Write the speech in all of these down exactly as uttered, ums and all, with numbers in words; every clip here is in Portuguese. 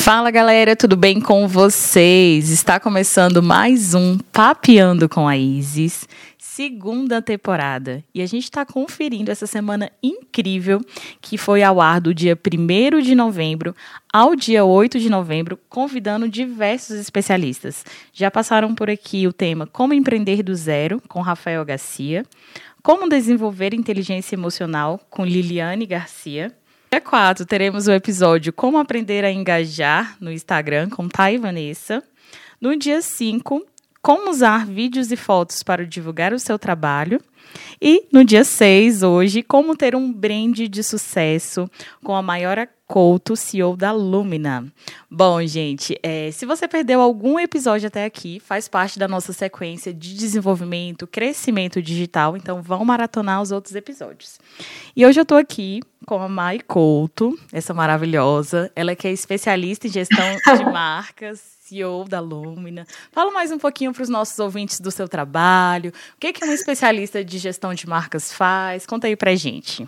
Fala galera, tudo bem com vocês? Está começando mais um Papeando com a Isis, segunda temporada. E a gente está conferindo essa semana incrível que foi ao ar do dia primeiro de novembro ao dia oito de novembro, convidando diversos especialistas. Já passaram por aqui o tema Como Empreender do Zero, com Rafael Garcia, Como Desenvolver Inteligência Emocional, com Liliane Garcia. Dia quatro, teremos o episódio Como Aprender a Engajar no Instagram, com Thay Vanessa. No dia cinco, Como Usar Vídeos e Fotos para divulgar o seu trabalho. E no dia seis, hoje, Como Ter um Brand de Sucesso, com a Mayora Couto, C E O da Lumina. Bom, gente, é, se você perdeu algum episódio até aqui, faz parte da nossa sequência de desenvolvimento, crescimento digital, então vão maratonar os outros episódios. E hoje eu estou aqui com a Mai Couto, essa maravilhosa, ela que é especialista em gestão de marcas, C E O da Lumina. Fala mais um pouquinho para os nossos ouvintes do seu trabalho, o que, que uma especialista de gestão de marcas faz? Conta aí pra gente.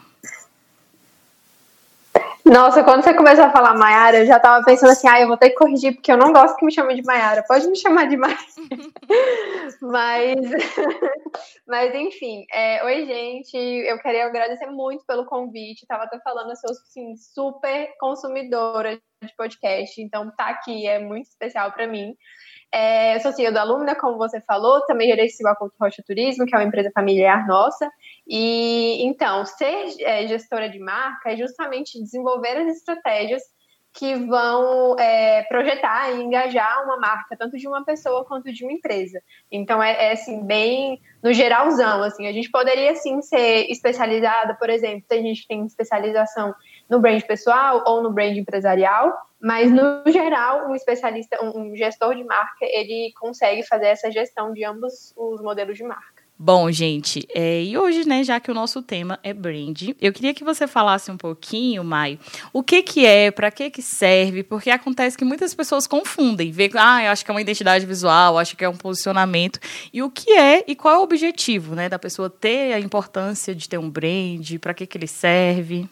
Nossa, quando você começou a falar Mayara, eu já tava pensando assim, ah, eu vou ter que corrigir, porque eu não gosto que me chamem de Mayara, pode me chamar de Mayara. mas, mas, enfim, é, oi, gente, eu queria agradecer muito pelo convite, tava até falando, eu sou, assim, super consumidora de podcast, então tá aqui é muito especial pra mim. É, eu sou C E O da Lumina, como você falou, também gerencio a Couto Rocha Turismo, que é uma empresa familiar nossa. E então, ser é, gestora de marca é justamente desenvolver as estratégias que vão é, projetar e engajar uma marca, tanto de uma pessoa quanto de uma empresa. Então, é, é assim, bem no geralzão, assim, a gente poderia, sim, ser especializada, por exemplo, tem gente que tem especialização no brand pessoal ou no brand empresarial, mas, no geral, um especialista, um, um gestor de marca, ele consegue fazer essa gestão de ambos os modelos de marca. Bom, gente, é, e hoje, né, já que o nosso tema é brand, eu queria que você falasse um pouquinho, Mai, o que que é, para que que serve, porque acontece que muitas pessoas confundem, vê, ah, eu acho que é uma identidade visual, acho que é um posicionamento, e o que é e qual é o objetivo, né, da pessoa ter a importância de ter um brand, para que que ele serve?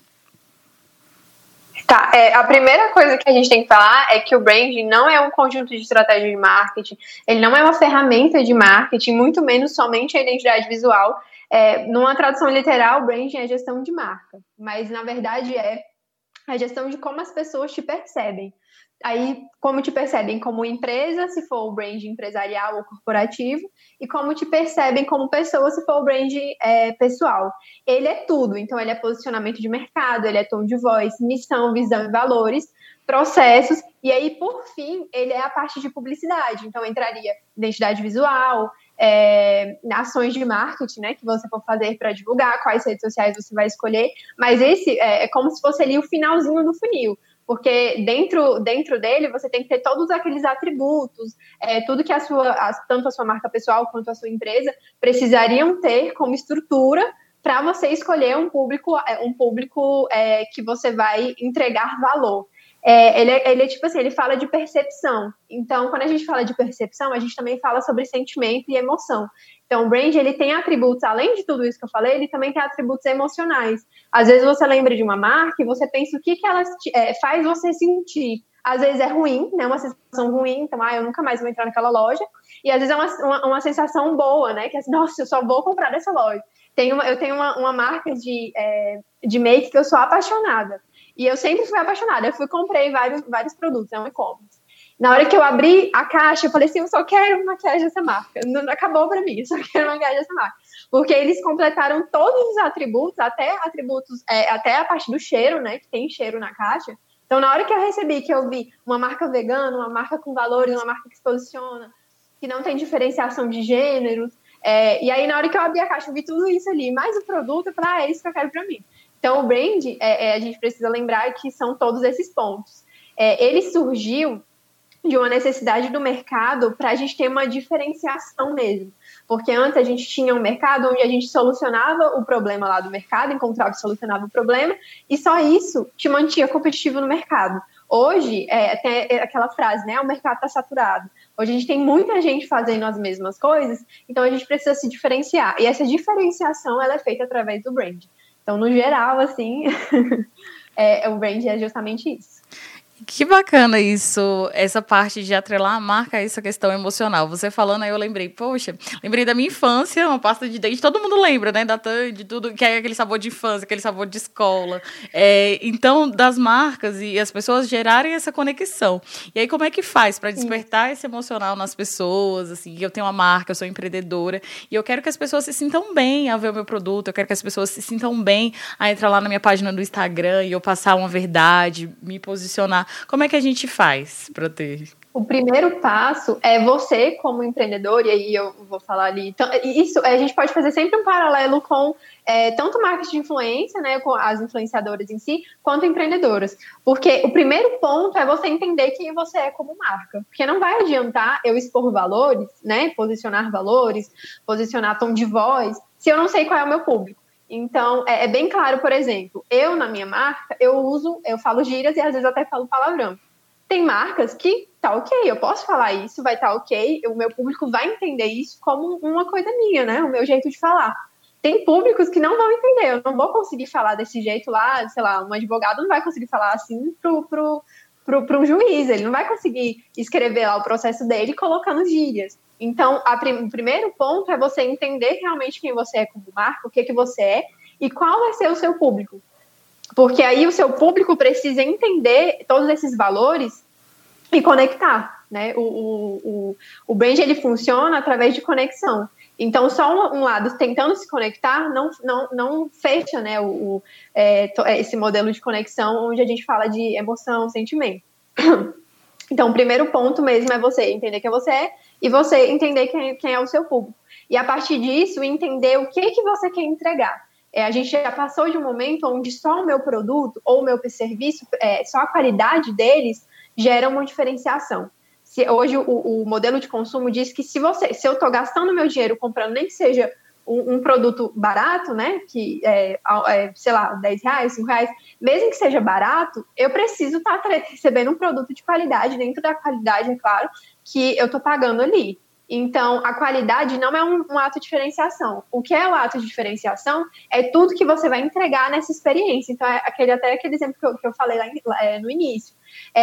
Tá, é, a primeira coisa que a gente tem que falar é que o branding não é um conjunto de estratégia de marketing, ele não é uma ferramenta de marketing, muito menos somente a identidade visual. É, numa tradução literal, branding é gestão de marca, mas na verdade é a gestão de como as pessoas te percebem. Aí, como te percebem como empresa, se for o brand empresarial ou corporativo, e como te percebem como pessoa, se for o brand é, pessoal. Ele é tudo, então ele é posicionamento de mercado, ele é tom de voz, missão, visão e valores, processos, e aí, por fim, ele é a parte de publicidade. Então, entraria identidade visual, é, ações de marketing, né, que você for fazer para divulgar, quais redes sociais você vai escolher, mas esse é, é como se fosse ali o finalzinho do funil. Porque dentro, dentro dele você tem que ter todos aqueles atributos, é, tudo que a sua, a, tanto a sua marca pessoal quanto a sua empresa precisariam ter como estrutura para você escolher um público, um público é, que você vai entregar valor. É, ele, é, ele é tipo assim, ele fala de percepção. Então, quando a gente fala de percepção, a gente também fala sobre sentimento e emoção. Então, o brand, ele tem atributos, além de tudo isso que eu falei, ele também tem atributos emocionais. Às vezes você lembra de uma marca e você pensa o que, que ela é, faz você sentir. Às vezes é ruim, né, uma sensação ruim, então, ah, eu nunca mais vou entrar naquela loja. E às vezes é uma, uma, uma sensação boa, né, que é assim, nossa, eu só vou comprar dessa loja. Tem uma, eu tenho uma, uma marca de, é, de make que eu sou apaixonada. E eu sempre fui apaixonada. Eu fui comprei vários, vários produtos, é um e-commerce. Na hora que eu abri a caixa, eu falei assim, eu só quero maquiagem dessa marca. Não acabou pra mim, eu só quero maquiagem dessa marca. Porque eles completaram todos os atributos, até atributos, é, até a parte do cheiro, né? Que tem cheiro na caixa. Então, na hora que eu recebi, que eu vi uma marca vegana, uma marca com valores, uma marca que se posiciona, que não tem diferenciação de gêneros. É, e aí, na hora que eu abri a caixa, eu vi tudo isso ali. Mais o produto, eu falei, ah, é isso que eu quero pra mim. Então, o brand, é, é, a gente precisa lembrar que são todos esses pontos. É, ele surgiu de uma necessidade do mercado para a gente ter uma diferenciação mesmo. Porque antes a gente tinha um mercado onde a gente solucionava o problema lá do mercado, encontrava e solucionava o problema, e só isso te mantinha competitivo no mercado. Hoje, é, tem aquela frase, né? O mercado está saturado. Hoje a gente tem muita gente fazendo as mesmas coisas, então a gente precisa se diferenciar. E essa diferenciação, ela é feita através do brand. Então, no geral, assim, é, o brand é justamente isso. Que bacana isso, essa parte de atrelar a marca a essa questão emocional. Você falando aí, eu lembrei, poxa, lembrei da minha infância, uma pasta de dente, todo mundo lembra, né, da de tudo, que é aquele sabor de infância, aquele sabor de escola. É, então, das marcas e as pessoas gerarem essa conexão. E aí, como é que faz para despertar esse emocional nas pessoas, assim, eu tenho uma marca, eu sou empreendedora, e eu quero que as pessoas se sintam bem ao ver o meu produto, eu quero que as pessoas se sintam bem a entrar lá na minha página do Instagram e eu passar uma verdade, me posicionar. Como é que a gente faz para ter? O primeiro passo é você, como empreendedor, e aí eu vou falar ali. Então, isso a gente pode fazer sempre um paralelo com é, tanto marketing de influência, né, com as influenciadoras em si, quanto empreendedoras. Porque o primeiro ponto é você entender quem você é como marca. Porque não vai adiantar eu expor valores, né, posicionar valores, posicionar tom de voz, se eu não sei qual é o meu público. Então, é, é bem claro, por exemplo, eu na minha marca, eu uso, eu falo gírias e às vezes até falo palavrão. Tem marcas que tá ok, eu posso falar isso, vai estar tá ok, o meu público vai entender isso como uma coisa minha, né? O meu jeito de falar. Tem públicos que não vão entender, eu não vou conseguir falar desse jeito lá, sei lá, um advogado não vai conseguir falar assim pro, pro, pro, pro um juiz, ele não vai conseguir escrever lá o processo dele colocando gírias. Então, a prim- o primeiro ponto é você entender realmente quem você é como marca, o que, que você é e qual vai ser o seu público. Porque aí o seu público precisa entender todos esses valores e conectar, né? O, o, o, o brand, ele funciona através de conexão. Então, só um, um lado tentando se conectar não, não, não fecha, né, o, o, é, esse modelo de conexão onde a gente fala de emoção, sentimento. Então, o primeiro ponto mesmo é você entender quem você é e você entender quem, quem é o seu público. E, a partir disso, entender o que, que você quer entregar. É, a gente já passou de um momento onde só o meu produto ou o meu serviço, é, só a qualidade deles gera uma diferenciação. Se, hoje, o, o modelo de consumo diz que se, você, se eu estou gastando meu dinheiro comprando nem que seja um, um produto barato, né, que é, é, sei lá, dez reais, cinco reais, mesmo que seja barato, eu preciso estar tá recebendo um produto de qualidade, dentro da qualidade, é claro, que eu estou pagando ali. Então, a qualidade não é um, um ato de diferenciação. O que é o ato de diferenciação é tudo que você vai entregar nessa experiência. Então, é aquele, até aquele exemplo que eu, que eu falei lá, é, no início.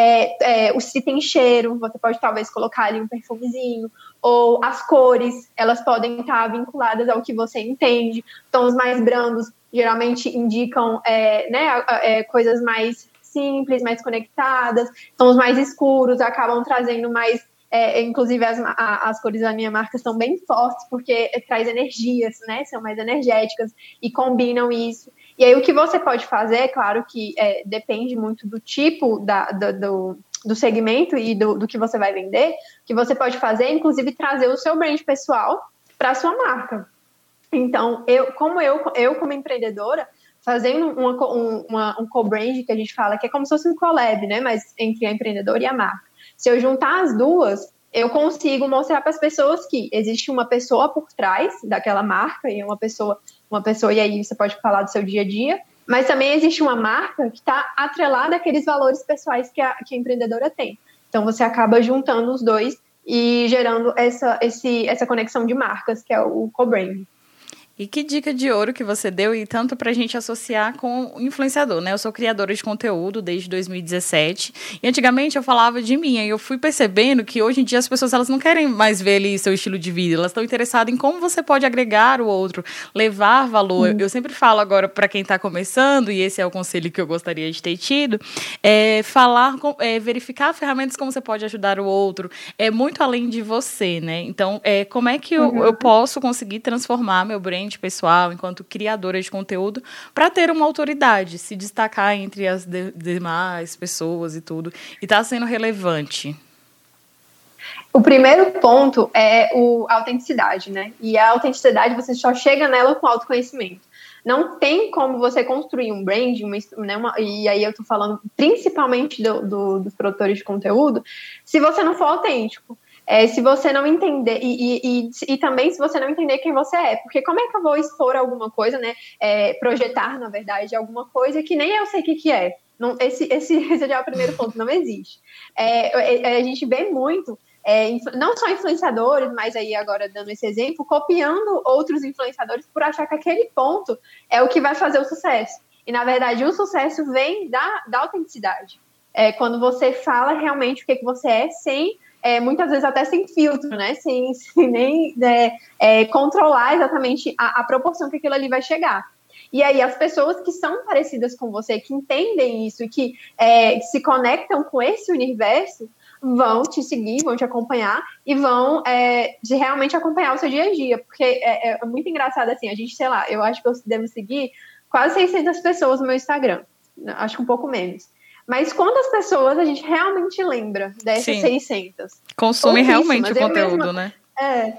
É, é, se tem cheiro, você pode talvez colocar ali um perfumezinho, ou as cores, elas podem estar vinculadas ao que você entende. Tons mais brandos geralmente indicam é, né, é, coisas mais simples, mais conectadas. Tons mais escuros acabam trazendo mais... É, inclusive as, a, as cores da minha marca são bem fortes porque traz energias, né? São mais energéticas e combinam isso. E aí o que você pode fazer, é claro que é, depende muito do tipo da, do, do, do segmento e do, do que você vai vender. O que você pode fazer é, inclusive, trazer o seu brand pessoal para a sua marca. Então, eu, como eu, eu como empreendedora, fazendo uma, uma, um co-brand que a gente fala que é como se fosse um collab, né? Mas entre a empreendedora e a marca. Se eu juntar as duas, eu consigo mostrar para as pessoas que existe uma pessoa por trás daquela marca, e uma pessoa, uma pessoa, e aí você pode falar do seu dia a dia, mas também existe uma marca que está atrelada àqueles valores pessoais que a, que a empreendedora tem. Então, você acaba juntando os dois e gerando essa, esse, essa conexão de marcas, que é o co-branding. E que dica de ouro que você deu, e tanto para a gente associar com o influenciador, né? Eu sou criadora de conteúdo desde dois mil e dezessete, e antigamente eu falava de mim, e eu fui percebendo que hoje em dia as pessoas elas não querem mais ver ali seu estilo de vida, elas estão interessadas em como você pode agregar o outro, levar valor. Hum. Eu sempre falo agora para quem está começando, e esse é o conselho que eu gostaria de ter tido, é falar, é, verificar ferramentas como você pode ajudar o outro, é muito além de você, né? Então, é, como é que eu, uhum. eu posso conseguir transformar meu brand pessoal, enquanto criadora de conteúdo, para ter uma autoridade, se destacar entre as de- demais pessoas e tudo, e estar tá sendo relevante? O primeiro ponto é o, a autenticidade, né? E a autenticidade, você só chega nela com autoconhecimento. Não tem como você construir um brand, uma, né, uma, e aí eu tô falando principalmente do, do, dos produtores de conteúdo, se você não for autêntico. É, se você não entender, e, e, e, e também se você não entender quem você é, porque como é que eu vou expor alguma coisa, né, é, projetar, na verdade, alguma coisa que nem eu sei o que, que é. Não, esse, esse, esse já é o primeiro ponto, não existe. É, é, a gente vê muito, é, não só influenciadores, mas aí agora dando esse exemplo, copiando outros influenciadores por achar que aquele ponto é o que vai fazer o sucesso. E, na verdade, o sucesso vem da, da autenticidade. É quando você fala realmente o que, que você é, sem, é, muitas vezes até sem filtro, né? Sem, sem nem é, é, controlar exatamente a, a proporção que aquilo ali vai chegar. E aí as pessoas que são parecidas com você, que entendem isso e que é, se conectam com esse universo, vão te seguir, vão te acompanhar e vão é, de realmente acompanhar o seu dia a dia. Porque é, é muito engraçado assim, a gente, sei lá, eu acho que eu devo seguir quase seiscentas pessoas no meu Instagram. Acho que um pouco menos. Mas quantas pessoas a gente realmente lembra dessas Sim. seiscentas? Consome realmente o conteúdo, mesma, né? É.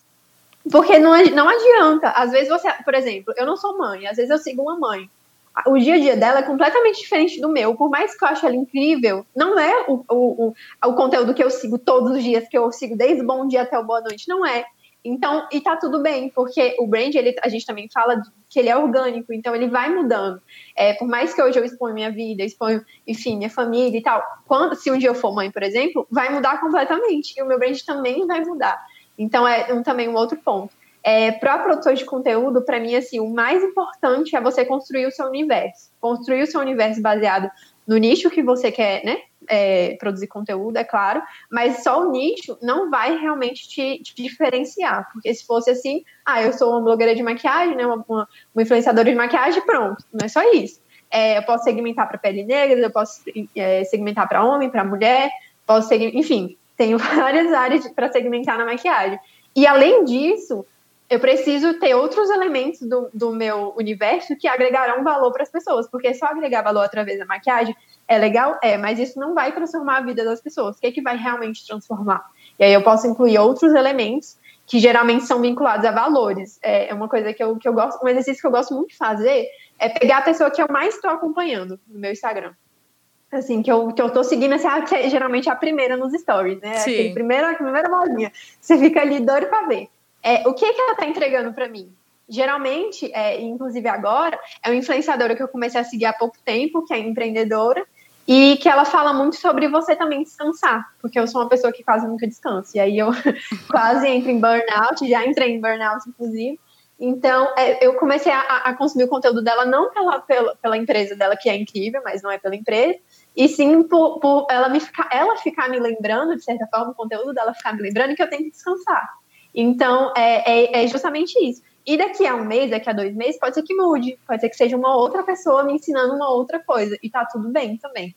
Porque não, não adianta. Às vezes você, por exemplo, eu não sou mãe, às vezes eu sigo uma mãe. O dia a dia dela é completamente diferente do meu. Por mais que eu ache ela incrível, não é o, o, o, o conteúdo que eu sigo todos os dias, que eu sigo desde o bom dia até o boa noite. Não é. Então, e tá tudo bem, porque o brand, ele, a gente também fala que ele é orgânico, então ele vai mudando. É, por mais que hoje eu exponha minha vida, exponho, enfim, minha família e tal, quando, se um dia eu for mãe, por exemplo, vai mudar completamente. E o meu brand também vai mudar. Então, é um, também um outro ponto. É, para produtor de conteúdo, para mim, assim, o mais importante é você construir o seu universo. Construir o seu universo baseado no nicho que você quer, né? É, produzir conteúdo, é claro, mas só o nicho não vai realmente te, te diferenciar, porque se fosse assim, ah, eu sou uma blogueira de maquiagem, né, uma, uma, uma influenciadora de maquiagem, pronto, não é só isso. É, eu posso segmentar para pele negra, eu posso é, segmentar para homem, para mulher, posso segmentar, enfim, tenho várias áreas para segmentar na maquiagem. E além disso, eu preciso ter outros elementos do, do meu universo que agregarão valor para as pessoas, porque só agregar valor através da maquiagem é legal, é, mas isso não vai transformar a vida das pessoas. O que é que vai realmente transformar? E aí eu posso incluir outros elementos que geralmente são vinculados a valores. É uma coisa que eu, que eu gosto, um exercício que eu gosto muito de fazer é pegar a pessoa que eu mais estou acompanhando no meu Instagram. Assim, que eu, que eu tô seguindo, assim, que é geralmente a primeira nos stories, né? Sim. Aquele primeiro, a primeira bolinha. Você fica ali doido pra ver. É, o que, que ela tá entregando pra mim? Geralmente, é, inclusive agora, é uma influenciadora que eu comecei a seguir há pouco tempo, que é empreendedora, e que ela fala muito sobre você também descansar, porque eu sou uma pessoa que quase nunca descansa, e aí eu quase entro em burnout, já entrei em burnout, inclusive. Então, é, eu comecei a, a consumir o conteúdo dela, não pela, pela, pela empresa dela, que é incrível, mas não é pela empresa, e sim por, por ela, me ficar, ela ficar me lembrando, de certa forma, o conteúdo dela ficar me lembrando que eu tenho que descansar. Então, é, é, é justamente isso. E daqui a um mês, daqui a dois meses, pode ser que mude, pode ser que seja uma outra pessoa me ensinando uma outra coisa, e tá tudo bem também.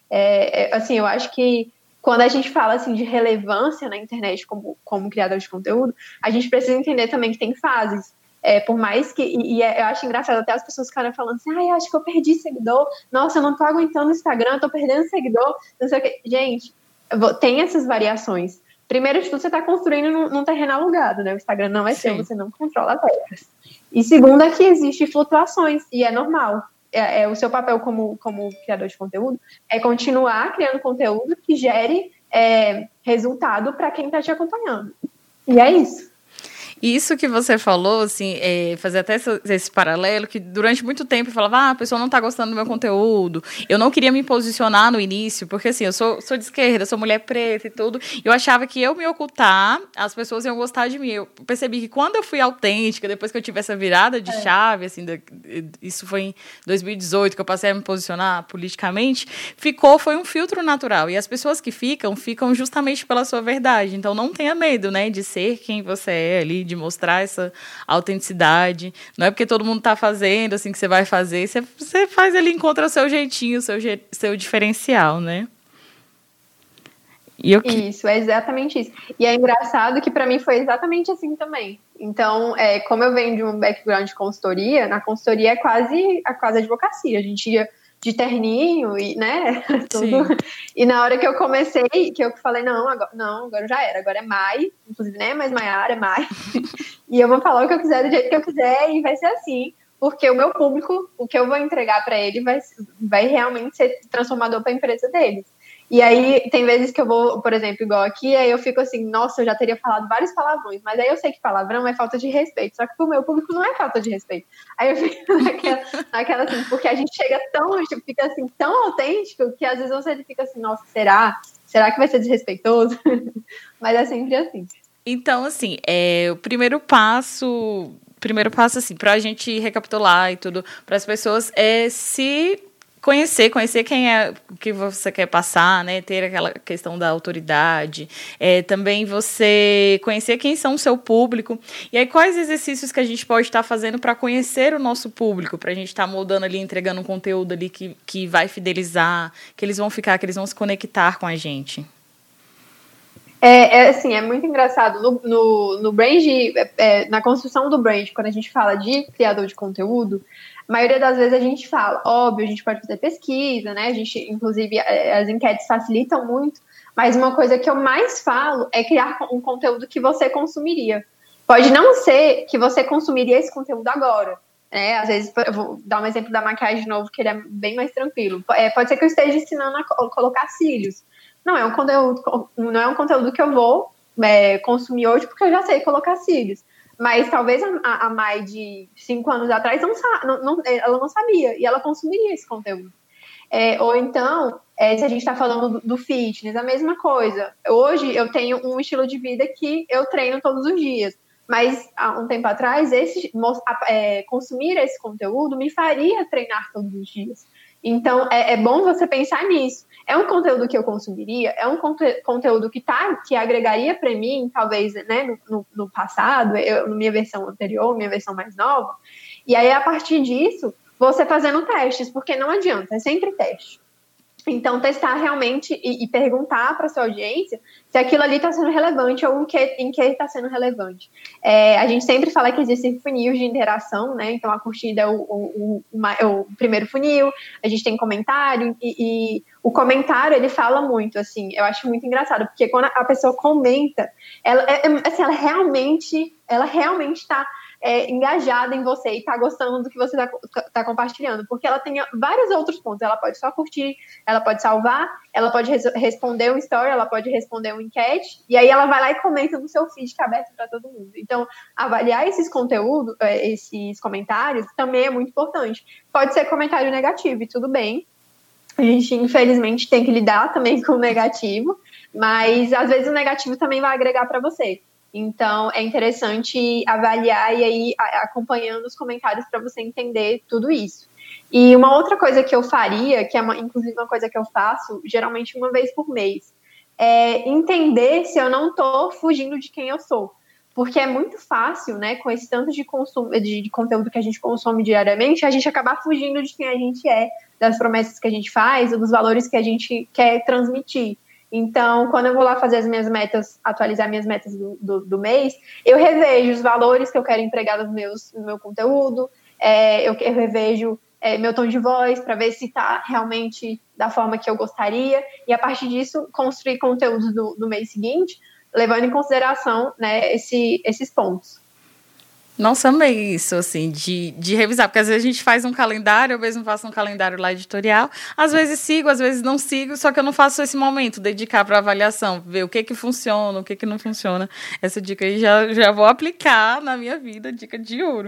É, é, assim, eu acho que quando a gente fala assim, de relevância na internet como, como criador de conteúdo, a gente precisa entender também que tem fases. É, por mais que, e, e eu acho engraçado até as pessoas ficarem falando assim, ai, ah, acho que eu perdi seguidor, nossa, eu não tô aguentando o Instagram, eu tô perdendo seguidor, não sei o que. Gente, tem essas variações. Primeiro de tudo, você está construindo num, num terreno alugado, né? O Instagram não é seu, você não controla as regras. E segundo é que existem flutuações, e é normal. É, é, o seu papel como, como criador de conteúdo é continuar criando conteúdo que gere é, resultado para quem está te acompanhando. E é isso. Isso que você falou, assim, é, fazer até esse, esse paralelo, que durante muito tempo eu falava, ah, a pessoa não está gostando do meu conteúdo. Eu não queria me posicionar no início, porque assim, eu sou, sou de esquerda, sou mulher preta e tudo, e eu achava que eu me ocultar, as pessoas iam gostar de mim. Eu percebi que quando eu fui autêntica, depois que eu tive essa virada de é. chave, assim, da, isso foi em dois mil e dezoito, que eu passei a me posicionar politicamente, ficou, foi um filtro natural. E as pessoas que ficam, ficam justamente pela sua verdade. Então não tenha medo, né, de ser quem você é ali, de mostrar essa autenticidade. Não é porque todo mundo está fazendo, assim, que você vai fazer. Você, você faz ali, encontra o seu jeitinho, o seu, seu diferencial, né? E eu... Isso, é exatamente isso. E é engraçado que para mim foi exatamente assim também. Então, é, como eu venho de um background de consultoria, na consultoria é quase a quase advocacia. A gente ia de terninho e, né, tudo. E na hora que eu comecei, que eu falei, não, agora, não, agora já era, agora é Mai, inclusive, né, mas Maiara é Mai, e eu vou falar o que eu quiser do jeito que eu quiser e vai ser assim, porque o meu público, o que eu vou entregar para ele vai, vai realmente ser transformador para a empresa deles. E aí, tem vezes que eu vou, por exemplo, igual aqui, aí eu fico assim, nossa, eu já teria falado vários palavrões, mas aí eu sei que palavrão é falta de respeito, só que pro meu público não é falta de respeito. Aí eu fico naquela, naquela assim, porque a gente chega tão, tipo, fica assim, tão autêntico, que às vezes você fica assim, nossa, será? Será que vai ser desrespeitoso? Mas é sempre assim. Então, assim, é, o primeiro passo, primeiro passo, assim, pra gente recapitular e tudo, para as pessoas, é se conhecer, conhecer quem é o que você quer passar, né? Ter aquela questão da autoridade, é, também você conhecer quem são o seu público, e aí quais exercícios que a gente pode estar fazendo para conhecer o nosso público, para a gente estar moldando ali, entregando um conteúdo ali que, que vai fidelizar, que eles vão ficar, que eles vão se conectar com a gente. É, é assim, é muito engraçado. No, no, no brand, é, na construção do brand, quando a gente fala de criador de conteúdo, a maioria das vezes a gente fala, óbvio, a gente pode fazer pesquisa, né? A gente, inclusive, as enquetes facilitam muito, mas uma coisa que eu mais falo é criar um conteúdo que você consumiria. Pode não ser que você consumiria esse conteúdo agora, né? Às vezes, eu vou dar um exemplo da maquiagem de novo, que ele é bem mais tranquilo. É, pode ser que eu esteja ensinando a colocar cílios. Não é um conteúdo, não é um conteúdo que eu vou é, consumir hoje, porque eu já sei colocar cílios. Mas talvez a, a Mai de cinco anos atrás, não, não, não, ela não sabia, e ela consumiria esse conteúdo. É, ou então, é, se a gente está falando do, do fitness, a mesma coisa. Hoje eu tenho um estilo de vida que eu treino todos os dias. Mas há um tempo atrás, esse, é, consumir esse conteúdo me faria treinar todos os dias. Então, é, é bom você pensar nisso. É um conteúdo que eu consumiria? É um conte- conteúdo que, tá, que agregaria para mim, talvez, né, no, no, no passado, eu, na minha versão anterior, minha versão mais nova. E aí, a partir disso, você fazendo testes, porque não adianta, é sempre teste. Então, testar realmente e, e perguntar para a sua audiência se aquilo ali está sendo relevante ou em que em que está sendo relevante. É, a gente sempre fala que existem funil de interação, né? Então, a curtida é o, o, o, é o primeiro funil, a gente tem comentário, e, e o comentário, ele fala muito, assim, eu acho muito engraçado, porque quando a pessoa comenta, ela, é, assim, ela realmente, ela realmente está... É, engajada em você e tá gostando do que você tá, tá compartilhando, porque ela tem vários outros pontos. Ela pode só curtir, ela pode salvar, ela pode res- responder um story, ela pode responder um enquete, e aí ela vai lá e comenta no seu feed que é aberto para todo mundo. Então, avaliar esses conteúdos, esses comentários, também é muito importante. Pode ser comentário negativo, e tudo bem. A gente, infelizmente, tem que lidar também com o negativo, mas às vezes o negativo também vai agregar para você. Então, é interessante avaliar e aí acompanhando os comentários para você entender tudo isso. E uma outra coisa que eu faria, que é uma, inclusive uma coisa que eu faço geralmente uma vez por mês, é entender se eu não estou fugindo de quem eu sou. Porque é muito fácil, né, com esse tanto de, consumo, de, de conteúdo que a gente consome diariamente, a gente acabar fugindo de quem a gente é, das promessas que a gente faz, ou dos valores que a gente quer transmitir. Então, quando eu vou lá fazer as minhas metas, atualizar minhas metas do, do, do mês, eu revejo os valores que eu quero entregar nos meus, no meu conteúdo, é, eu, eu revejo é, meu tom de voz para ver se está realmente da forma que eu gostaria, e a partir disso, construir conteúdos do, do mês seguinte, levando em consideração, né, esse, esses pontos. Nossa, amei isso, assim, de, de revisar, porque às vezes a gente faz um calendário, eu mesmo faço um calendário lá editorial, às vezes sigo, às vezes não sigo, só que eu não faço esse momento, dedicar para avaliação, ver o que que funciona, o que que não funciona. Essa dica aí já, já vou aplicar na minha vida, dica de ouro.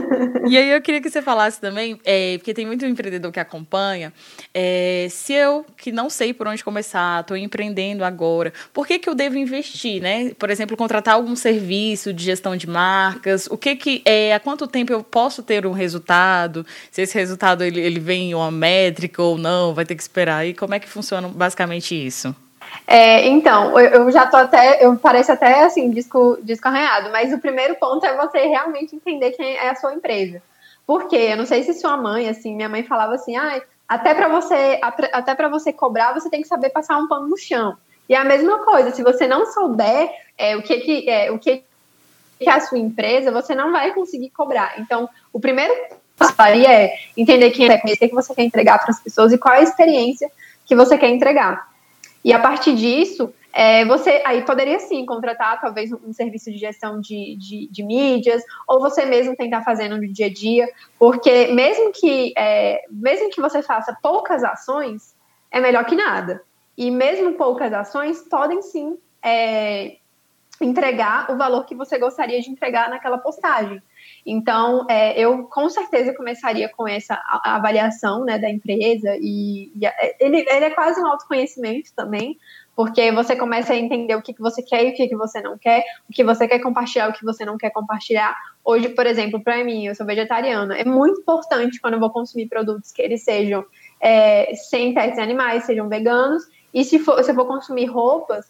E aí eu queria que você falasse também, é, porque tem muito empreendedor que acompanha, é, se eu, que não sei por onde começar, estou empreendendo agora, por que que eu devo investir, né? Por exemplo, contratar algum serviço de gestão de marcas, o que que é, há quanto tempo eu posso ter um resultado, se esse resultado ele, ele vem em uma métrica ou não, vai ter que esperar, e como é que funciona basicamente isso? É, então, eu, eu já tô até, eu pareço até assim, disco, disco arranhado, mas o primeiro ponto é você realmente entender quem é a sua empresa. Por quê? Eu não sei se sua mãe, assim, minha mãe falava assim, ah, até para você, até para você cobrar, você tem que saber passar um pano no chão. E é a mesma coisa, se você não souber é, o que que é, o que que é a sua empresa, você não vai conseguir cobrar. Então, o primeiro passo é entender quem é, conhecer o que você quer entregar para as pessoas e qual é a experiência que você quer entregar. E a partir disso, é, você aí poderia sim contratar talvez um, um serviço de gestão de, de, de mídias, ou você mesmo tentar fazendo no dia a dia, porque mesmo que, é, mesmo que você faça poucas ações, é melhor que nada. E mesmo poucas ações podem sim é, entregar o valor que você gostaria de entregar naquela postagem. Então, é, eu com certeza começaria com essa avaliação, né, da empresa, e, e ele, ele é quase um autoconhecimento também, porque você começa a entender o que, que você quer e o que, que você não quer, o que você quer compartilhar, o que você não quer compartilhar. Hoje, por exemplo, para mim, eu sou vegetariana, é muito importante quando eu vou consumir produtos que eles sejam é, sem testes em animais, sejam veganos. E se for, se for consumir roupas,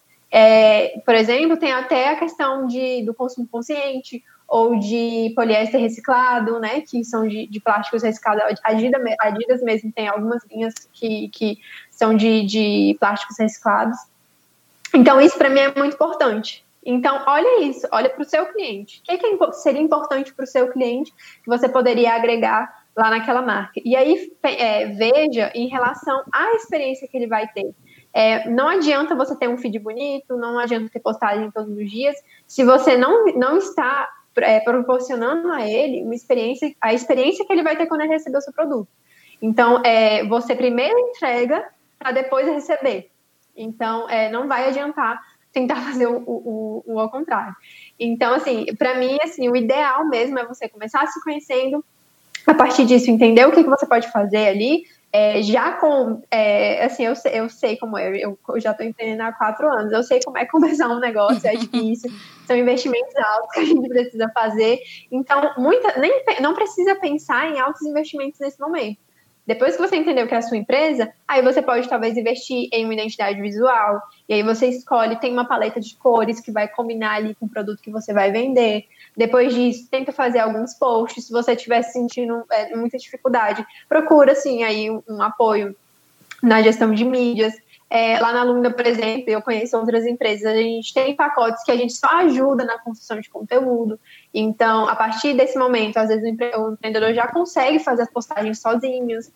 é, por exemplo, tem até a questão de, do consumo consciente, ou de poliéster reciclado, né, que são de, de plásticos reciclados. A Adidas, Adidas mesmo tem algumas linhas que, que são de, de plásticos reciclados. Então, isso para mim é muito importante. Então, olha isso, olha para o seu cliente. O que, que é, seria importante para o seu cliente que você poderia agregar lá naquela marca? E aí, é, veja em relação à experiência que ele vai ter. É, não adianta você ter um feed bonito, não adianta ter postagem todos os dias, se você não, não está é, proporcionando a ele uma experiência, a experiência que ele vai ter quando ele receber o seu produto. Então, é, você primeiro entrega para depois receber. Então, é, não vai adiantar tentar fazer o, o, o, o ao contrário. Então, assim, para mim, assim, o ideal mesmo é você começar se conhecendo, a partir disso, entender o que, que você pode fazer ali, é, já com, é, assim, eu, eu sei como é, eu, eu já estou empreendendo há quatro anos, eu sei como é começar um negócio, é difícil, são investimentos altos que a gente precisa fazer, então, muita, nem, não precisa pensar em altos investimentos nesse momento. Depois que você entendeu que é a sua empresa, aí você pode talvez investir em uma identidade visual, e aí você escolhe, tem uma paleta de cores que vai combinar ali com o produto que você vai vender. Depois disso, tenta fazer alguns posts. Se você estiver sentindo é, muita dificuldade, procura, assim, aí um, um apoio na gestão de mídias. É, lá na Lumina, por exemplo, eu conheço outras empresas, a gente tem pacotes que a gente só ajuda na construção de conteúdo. Então, a partir desse momento, às vezes o, empre- o empreendedor já consegue fazer as postagens sozinhos.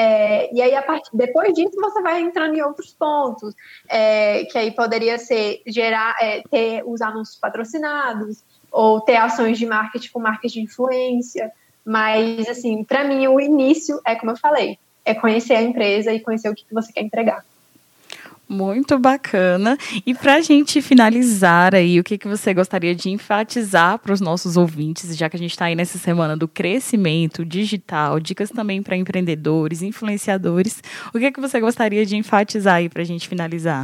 É, e aí, a partir, depois disso, você vai entrando em outros pontos, é, que aí poderia ser gerar, é, ter os anúncios patrocinados, ou ter ações de marketing com marketing de influência. Mas, assim, para mim, o início é, como eu falei, é conhecer a empresa e conhecer o que você quer entregar. Muito bacana. E para a gente finalizar aí, o que, que você gostaria de enfatizar para os nossos ouvintes, já que a gente está aí nessa semana do crescimento digital, dicas também para empreendedores, influenciadores, o que, que você gostaria de enfatizar aí para a gente finalizar?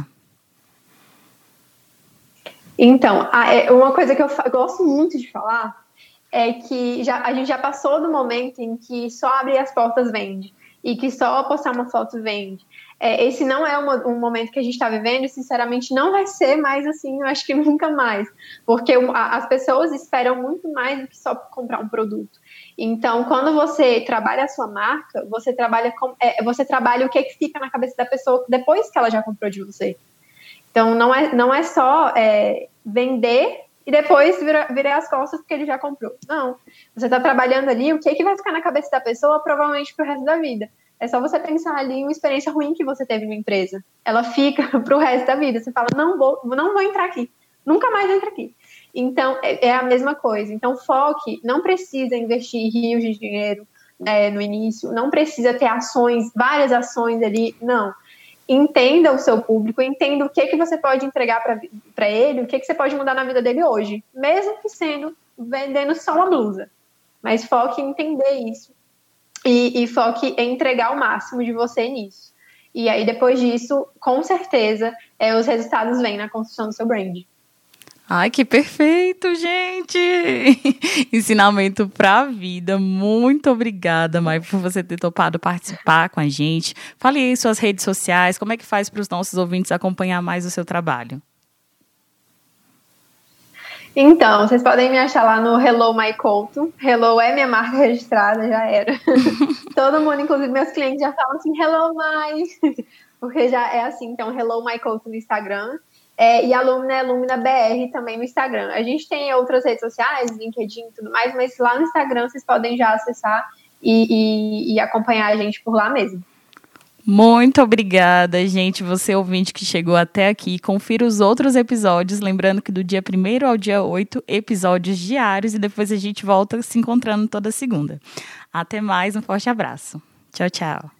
Então, uma coisa que eu gosto muito de falar é que já, a gente já passou do momento em que só abrir as portas vende e que só postar uma foto vende. É, esse não é uma, um momento que a gente está vivendo e, sinceramente, não vai ser mais assim, eu acho que nunca mais. Porque a, as pessoas esperam muito mais do que só comprar um produto. Então, quando você trabalha a sua marca, você trabalha, com, é, você trabalha o que, que fica na cabeça da pessoa depois que ela já comprou de você. Então, não é, não é só é, vender e depois virar, virar as costas porque ele já comprou. Não. Você está trabalhando ali o que, que vai ficar na cabeça da pessoa provavelmente pro resto da vida. É só você pensar ali em uma experiência ruim que você teve numa empresa. Ela fica pro resto da vida. Você fala, não vou, não vou entrar aqui. Nunca mais entra aqui. Então, é, é a mesma coisa. Então, foque. Não precisa investir rios de dinheiro é, no início. Não precisa ter ações, várias ações ali. Não. Entenda o seu público. Entenda o que, que você pode entregar para ele. O que, que você pode mudar na vida dele hoje. Mesmo que sendo vendendo só uma blusa. Mas foque em entender isso. E, e foque em entregar o máximo de você nisso. E aí, depois disso, com certeza, é, os resultados vêm na construção do seu brand. Ai, que perfeito, gente! Ensinamento para a vida. Muito obrigada, Mai, por você ter topado participar com a gente. Fale aí suas redes sociais, como é que faz para os nossos ouvintes acompanhar mais o seu trabalho? Então, vocês podem me achar lá no Hello My Couto. Hello é minha marca registrada, já era. Todo mundo, inclusive meus clientes, já falam assim, Hello My, porque já é assim. Então, Hello My Couto no Instagram. É, e a Lumina é Lumina B R também no Instagram. A gente tem outras redes sociais, LinkedIn e tudo mais, mas lá no Instagram vocês podem já acessar e, e, e acompanhar a gente por lá mesmo. Muito obrigada, gente, você ouvinte que chegou até aqui. Confira os outros episódios, lembrando que do dia primeiro ao dia oito, episódios diários, e depois a gente volta se encontrando toda segunda. Até mais, um forte abraço. Tchau, tchau.